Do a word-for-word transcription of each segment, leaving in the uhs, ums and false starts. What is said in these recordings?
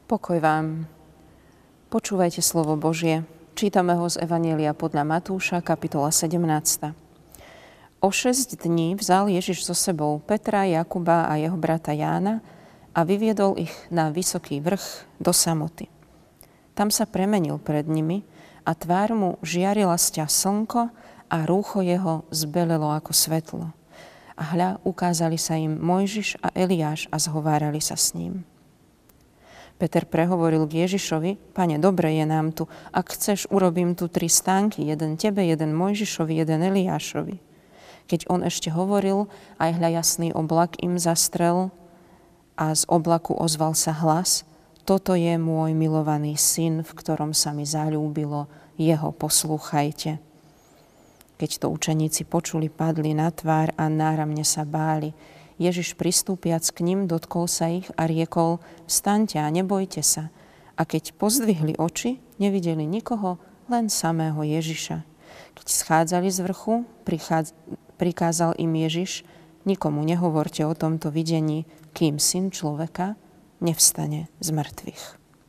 Pokoj vám. Počúvajte slovo Božie. Čítame ho z Evanjelia podľa Matúša, kapitola sedemnásta. O šesť dní vzal Ježiš so sebou Petra, Jakuba a jeho brata Jána a vyviedol ich na vysoký vrch do samoty. Tam sa premenil pred nimi a tvár mu žiarila sťa slnko a rúcho jeho zbelelo ako svetlo. A hľa, ukázali sa im Mojžiš a Eliáš a zhovárali sa s ním. Peter prehovoril k Ježišovi: Pane, dobre je nám tu, ak chceš, urobím tu tri stánky, jeden tebe, jeden Mojžišovi, jeden Eliášovi. Keď on ešte hovoril, aj hľa jasný oblak im zastrel a z oblaku ozval sa hlas: Toto je môj milovaný syn, v ktorom sa mi zaľúbilo, jeho poslúchajte. Keď to učeníci počuli, padli na tvár a náramne sa báli. Ježiš pristúpiac k ním, dotkol sa ich a riekol: Vstaňte a nebojte sa. A keď pozdvihli oči, nevideli nikoho, len samého Ježiša. Keď schádzali z vrchu, prichádz... prikázal im Ježiš: Nikomu nehovorte o tomto videní, kým Syn človeka nevstane z mŕtvych.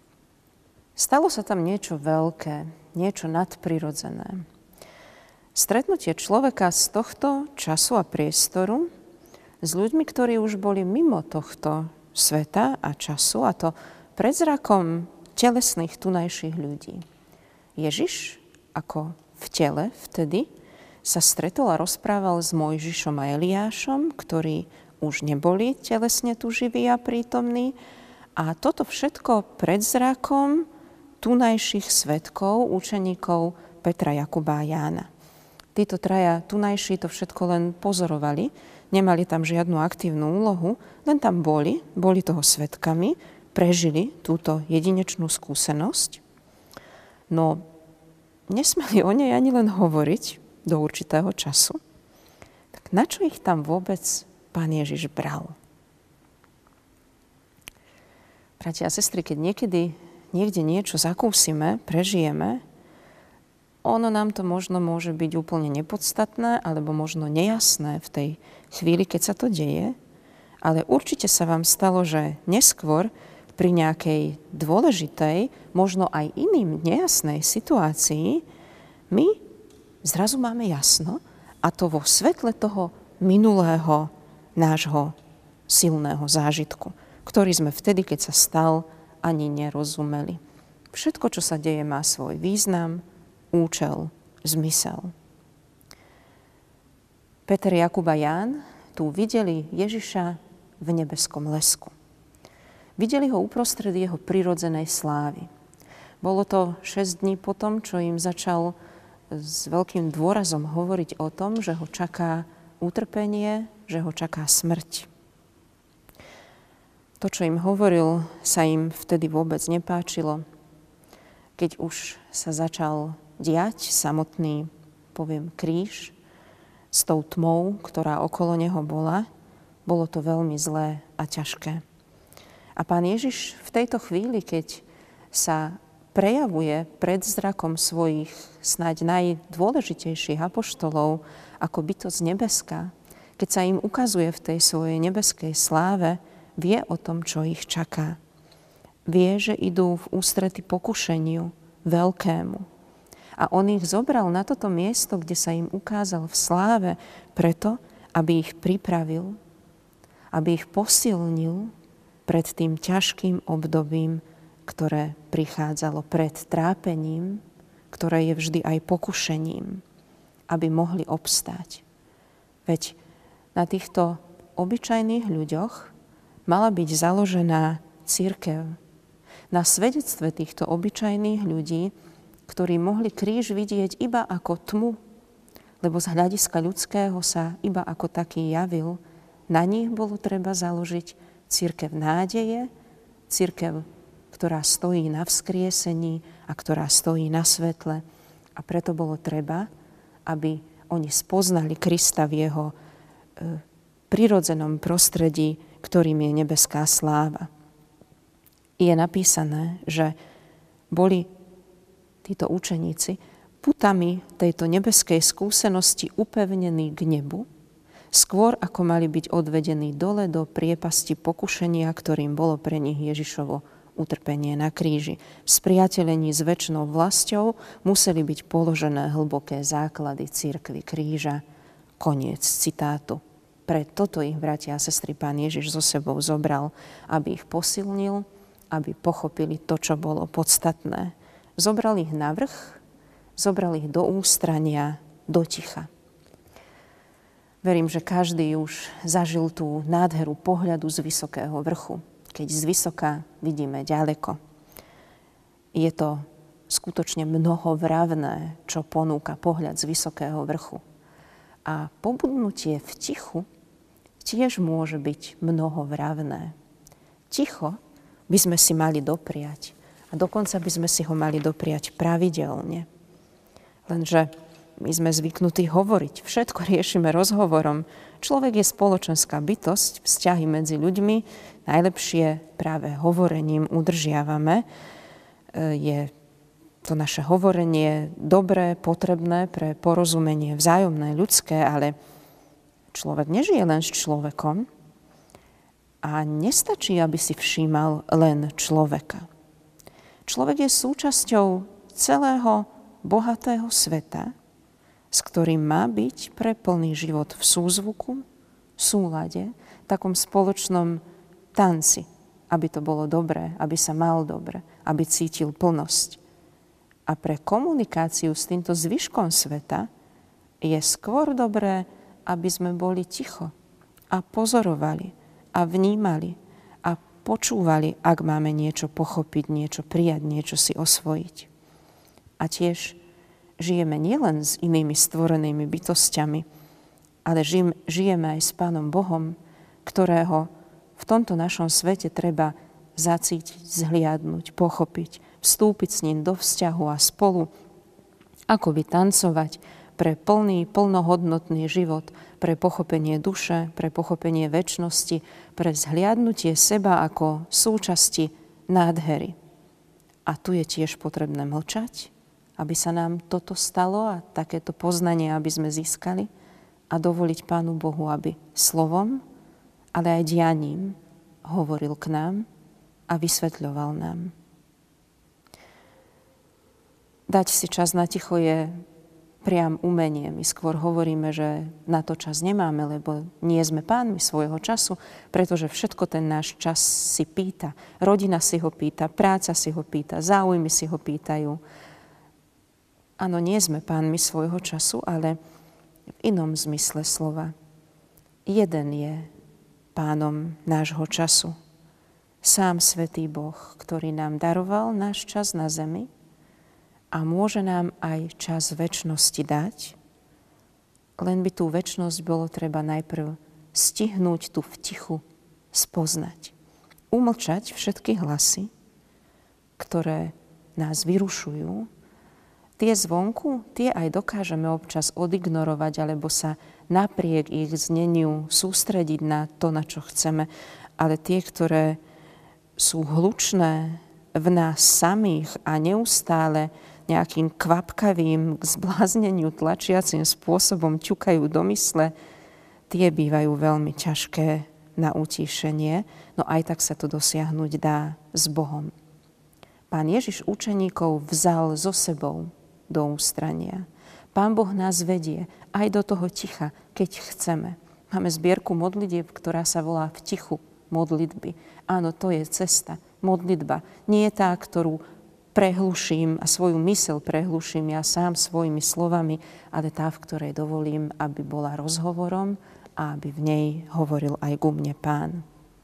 Stalo sa tam niečo veľké, niečo nadprirodzené. Stretnutie človeka z tohto času a priestoru s ľuďmi, ktorí už boli mimo tohto sveta a času, a to pred zrakom telesných tunajších ľudí. Ježiš, ako v tele vtedy, sa stretol a rozprával s Mojžišom a Eliášom, ktorí už neboli telesne tu živí a prítomní. A toto všetko pred zrakom tunajších svedkov, učeníkov Petra, Jakuba a Jána. Títo traja tunajší to všetko len pozorovali, nemali tam žiadnu aktívnu úlohu, len tam boli, boli toho svedkami, prežili túto jedinečnú skúsenosť. No, nesmeli o nej ani len hovoriť do určitého času. Tak na čo ich tam vôbec Pán Ježiš bral? Bratia a sestry, keď niekedy niekde niečo zakúsime, prežijeme, ono nám to možno môže byť úplne nepodstatné alebo možno nejasné v tej chvíli, keď sa to deje, ale určite sa vám stalo, že neskôr pri nejakej dôležitej, možno aj iným nejasnej situácii, my zrazu máme jasno, a to vo svetle toho minulého nášho silného zážitku, ktorý sme vtedy, keď sa stal, ani nerozumeli. Všetko, čo sa deje, má svoj význam, účel, zmysel. Peter, Jakub a Ján tu videli Ježiša v nebeskom lesku. Videli ho uprostred jeho prirodzenej slávy. Bolo to šesť dní potom, čo im začal s veľkým dôrazom hovoriť o tom, že ho čaká utrpenie, že ho čaká smrť. To, čo im hovoril, sa im vtedy vôbec nepáčilo. Keď už sa začal diať samotný, poviem, kríž s tou tmou, ktorá okolo neho bola, bolo to veľmi zlé a ťažké. A Pán Ježiš v tejto chvíli, keď sa prejavuje pred zrakom svojich snáď najdôležitejších apoštolov ako bytosť nebeská, keď sa im ukazuje v tej svojej nebeskej sláve, vie o tom, čo ich čaká. Vie, že idú v ústrety pokušeniu veľkému. A on ich zobral na toto miesto, kde sa im ukázal v sláve, preto, aby ich pripravil, aby ich posilnil pred tým ťažkým obdobím, ktoré prichádzalo, pred trápením, ktoré je vždy aj pokušením, aby mohli obstáť. Veď na týchto obyčajných ľuďoch mala byť založená cirkev. Na svedectve týchto obyčajných ľudí, ktorí mohli kríž vidieť iba ako tmu, lebo z hľadiska ľudského sa iba ako taký javil, na nich bolo treba založiť cirkev nádeje, cirkev, ktorá stojí na vzkriesení a ktorá stojí na svetle. A preto bolo treba, aby oni spoznali Krista v jeho e, prirodzenom prostredí, ktorým je nebeská sláva. Je napísané, že boli títo učeníci putami tejto nebeskej skúsenosti upevnení k nebu, skôr ako mali byť odvedení dole do priepasti pokušenia, ktorým bolo pre nich Ježišovo utrpenie na kríži. V spriateľení s večnou vlastou museli byť položené hlboké základy cirkvi kríža. Koniec citátu. Pre toto ich, bratia a sestry, Pán Ježiš so sebou zobral, aby ich posilnil, aby pochopili to, čo bolo podstatné. Zobral ich na vrch, zobral ich do ústrania, do ticha. Verím, že každý už zažil tú nádheru pohľadu z vysokého vrchu, keď zvysoka vidíme ďaleko. Je to skutočne mnohovravné, čo ponúka pohľad z vysokého vrchu. A pobudnutie v tichu tiež môže byť mnohovravné. Ticho by sme si mali dopriať a dokonca by sme si ho mali dopriať pravidelne. Lenže my sme zvyknutí hovoriť, všetko riešime rozhovorom. Človek je spoločenská bytosť, vzťahy medzi ľuďmi najlepšie práve hovorením udržiavame. Je to naše hovorenie dobré, potrebné pre porozumenie vzájomné, ľudské, ale človek nežije len s človekom a nestačí, aby si všímal len človeka. Človek je súčasťou celého bohatého sveta, s ktorým má byť pre plný život v súzvuku, v súlade, v takom spoločnom tanci, aby to bolo dobré, aby sa mal dobre, aby cítil plnosť. A pre komunikáciu s týmto zvyškom sveta je skôr dobré, aby sme boli ticho a pozorovali a vnímali a počúvali, ak máme niečo pochopiť, niečo prijať, niečo si osvojiť. A tiež žijeme nielen s inými stvorenými bytosťami, ale žijeme aj s Pánom Bohom, ktorého v tomto našom svete treba zacítiť, zhliadnúť, pochopiť, vstúpiť s ním do vzťahu a spolu akoby tancovať pre plný, plnohodnotný život, pre pochopenie duše, pre pochopenie večnosti, pre zhliadnutie seba ako súčasti nádhery. A tu je tiež potrebné mlčať, aby sa nám toto stalo a takéto poznanie, aby sme získali a dovoliť Pánu Bohu, aby slovom, ale aj dianím hovoril k nám a vysvetľoval nám. Dať si čas na ticho je priam umenie. My skôr hovoríme, že na to čas nemáme, lebo nie sme pánmi svojho času, pretože všetko ten náš čas si pýta. Rodina si ho pýta, práca si ho pýta, záujmy si ho pýtajú. Áno, nie sme pánmi svojho času, ale v inom zmysle slova. Jeden je pánom nášho času. Sám Svätý Boh, ktorý nám daroval náš čas na zemi a môže nám aj čas večnosti dať, len by tú večnosť bolo treba najprv stihnúť tu v tichu spoznať. Umlčať všetky hlasy, ktoré nás vyrušujú. Tie zvonku, tie aj dokážeme občas odignorovať alebo sa napriek ich zneniu sústrediť na to, na čo chceme. Ale tie, ktoré sú hlučné v nás samých a neustále nejakým kvapkavým, k zblázneniu tlačiacim spôsobom ťukajú do mysle, tie bývajú veľmi ťažké na utíšenie, no aj tak sa to dosiahnuť dá s Bohom. Pán Ježiš učeníkov vzal so sebou do ústrania. Pán Boh nás vedie aj do toho ticha, keď chceme. Máme zbierku modlitieb, ktorá sa volá v tichu modlitby. Áno, to je cesta. Modlitba nie je tá, ktorú prehluším a svoju myseľ prehluším ja sám svojimi slovami, ale tá, v ktorej dovolím, aby bola rozhovorom a aby v nej hovoril aj ku mne Pán.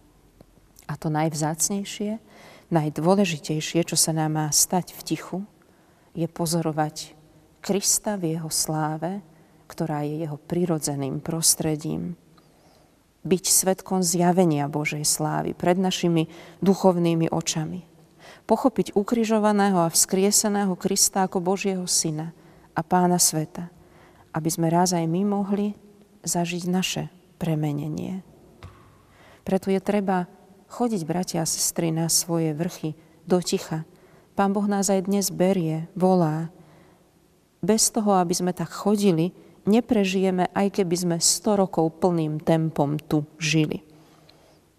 A to najvzácnejšie, najdôležitejšie, čo sa nám má stať v tichu, je pozorovať Krista v jeho sláve, ktorá je jeho prirodzeným prostredím. Byť svedkom zjavenia Božej slávy pred našimi duchovnými očami. Pochopiť ukrižovaného a vzkrieseného Krista ako Božieho Syna a Pána sveta, aby sme raz aj my mohli zažiť naše premenenie. Preto je treba chodiť, bratia a sestry, na svoje vrchy do ticha. Pán Boh nás aj dnes berie, volá. Bez toho, aby sme tak chodili, neprežijeme, aj keby sme sto rokov plným tempom tu žili.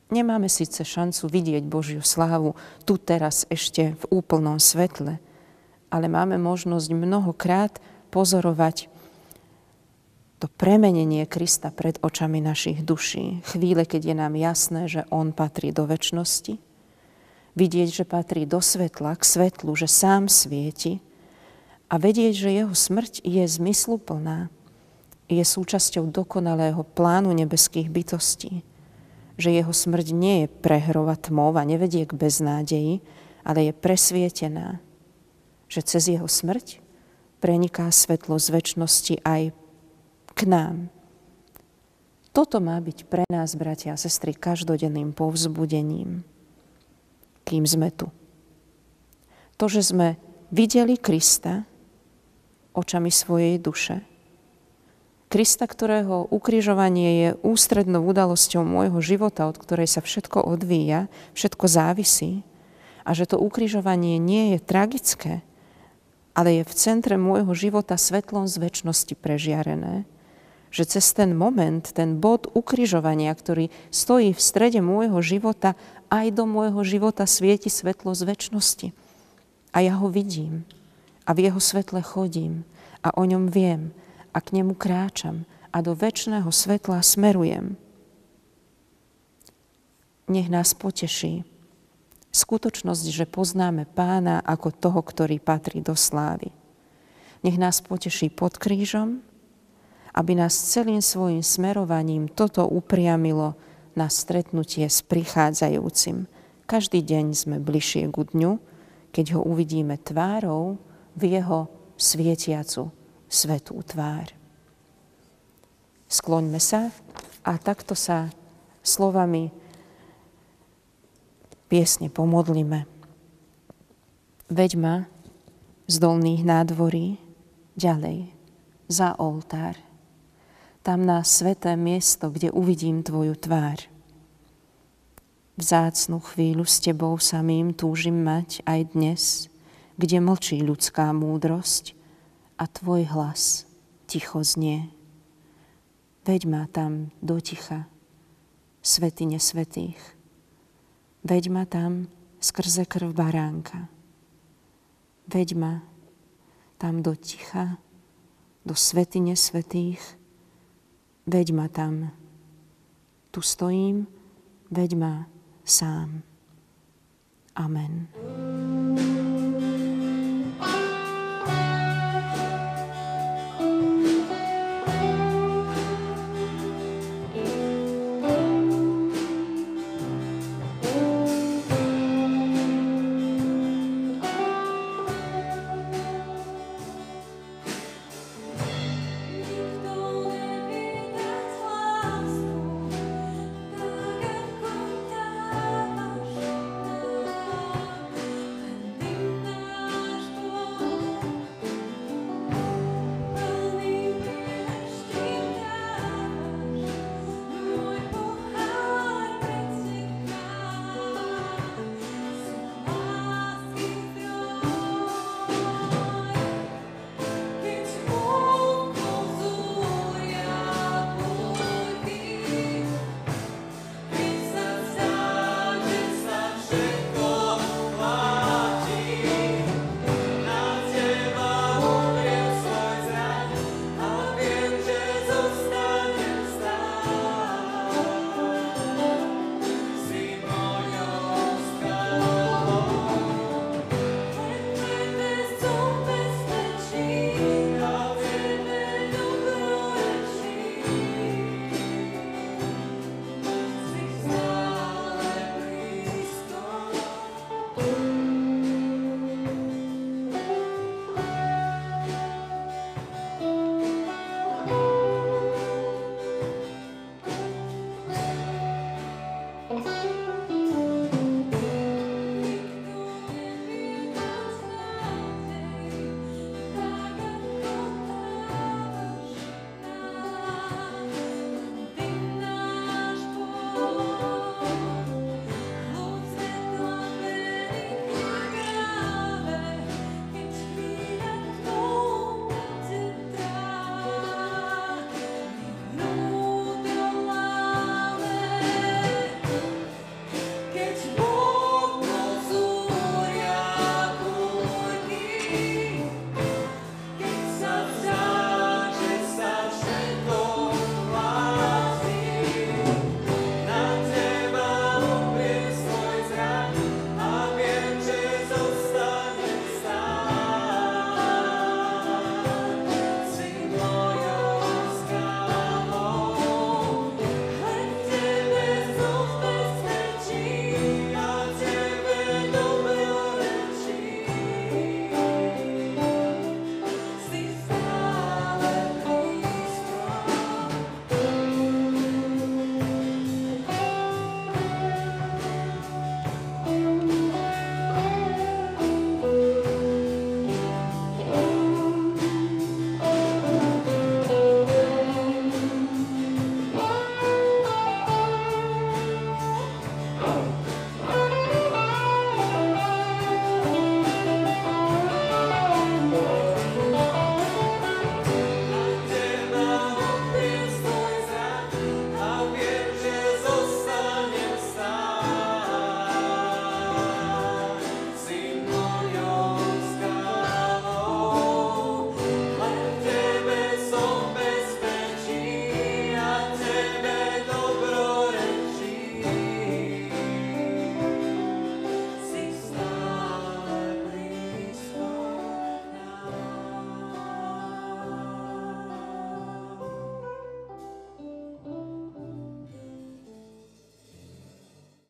Nemáme síce šancu vidieť Božiu slávu tu teraz ešte v úplnom svetle, ale máme možnosť mnohokrát pozorovať to premenenie Krista pred očami našich duší. Chvíle, keď je nám jasné, že On patrí do večnosti, vidieť, že patrí do svetla, k svetlu, že sám svieti a vedieť, že jeho smrť je zmysluplná, je súčasťou dokonalého plánu nebeských bytostí, že jeho smrť nie je prehrova tmov a nevedie k beznádeji, ale je presvietená, že cez jeho smrť preniká svetlo z večnosti aj k nám. Toto má byť pre nás, bratia a sestry, každodenným povzbudením, kým sme tu. To, že sme videli Krista očami svojej duše, Krista, ktorého ukrižovanie je ústrednou udalosťou môjho života, od ktorej sa všetko odvíja, všetko závisí, a že to ukrižovanie nie je tragické, ale je v centre môjho života svetlom z večnosti prežiarené, že cez ten moment, ten bod ukrižovania, ktorý stojí v strede môjho života, aj do môjho života svieti svetlo z večnosti. A ja ho vidím a v jeho svetle chodím a o ňom viem a k nemu kráčam a do večného svetla smerujem. Nech nás poteší skutočnosť, že poznáme Pána ako toho, ktorý patrí do slávy. Nech nás poteší pod krížom, aby nás celým svojim smerovaním toto upriamilo na stretnutie s prichádzajúcim. Každý deň sme bližšie ku dňu, keď ho uvidíme tvárou v jeho svietiacu svätú tvár. Skloňme sa a takto sa slovami piesne pomodlíme. Veď ma z dolných nádvorí ďalej za oltár, tam na sväté miesto, kde uvidím tvoju tvár. Vzácnu chvíľu s tebou samým túžim mať aj dnes, kde mlčí ľudská múdrosť a tvoj hlas ticho znie. Veď ma tam do ticha, svätyne svätých. Veď ma tam skrze krv baránka. Veď ma tam do ticha, do svätyne svätých. Veď ma tam. Tu stojím, veď ma sám. Amen.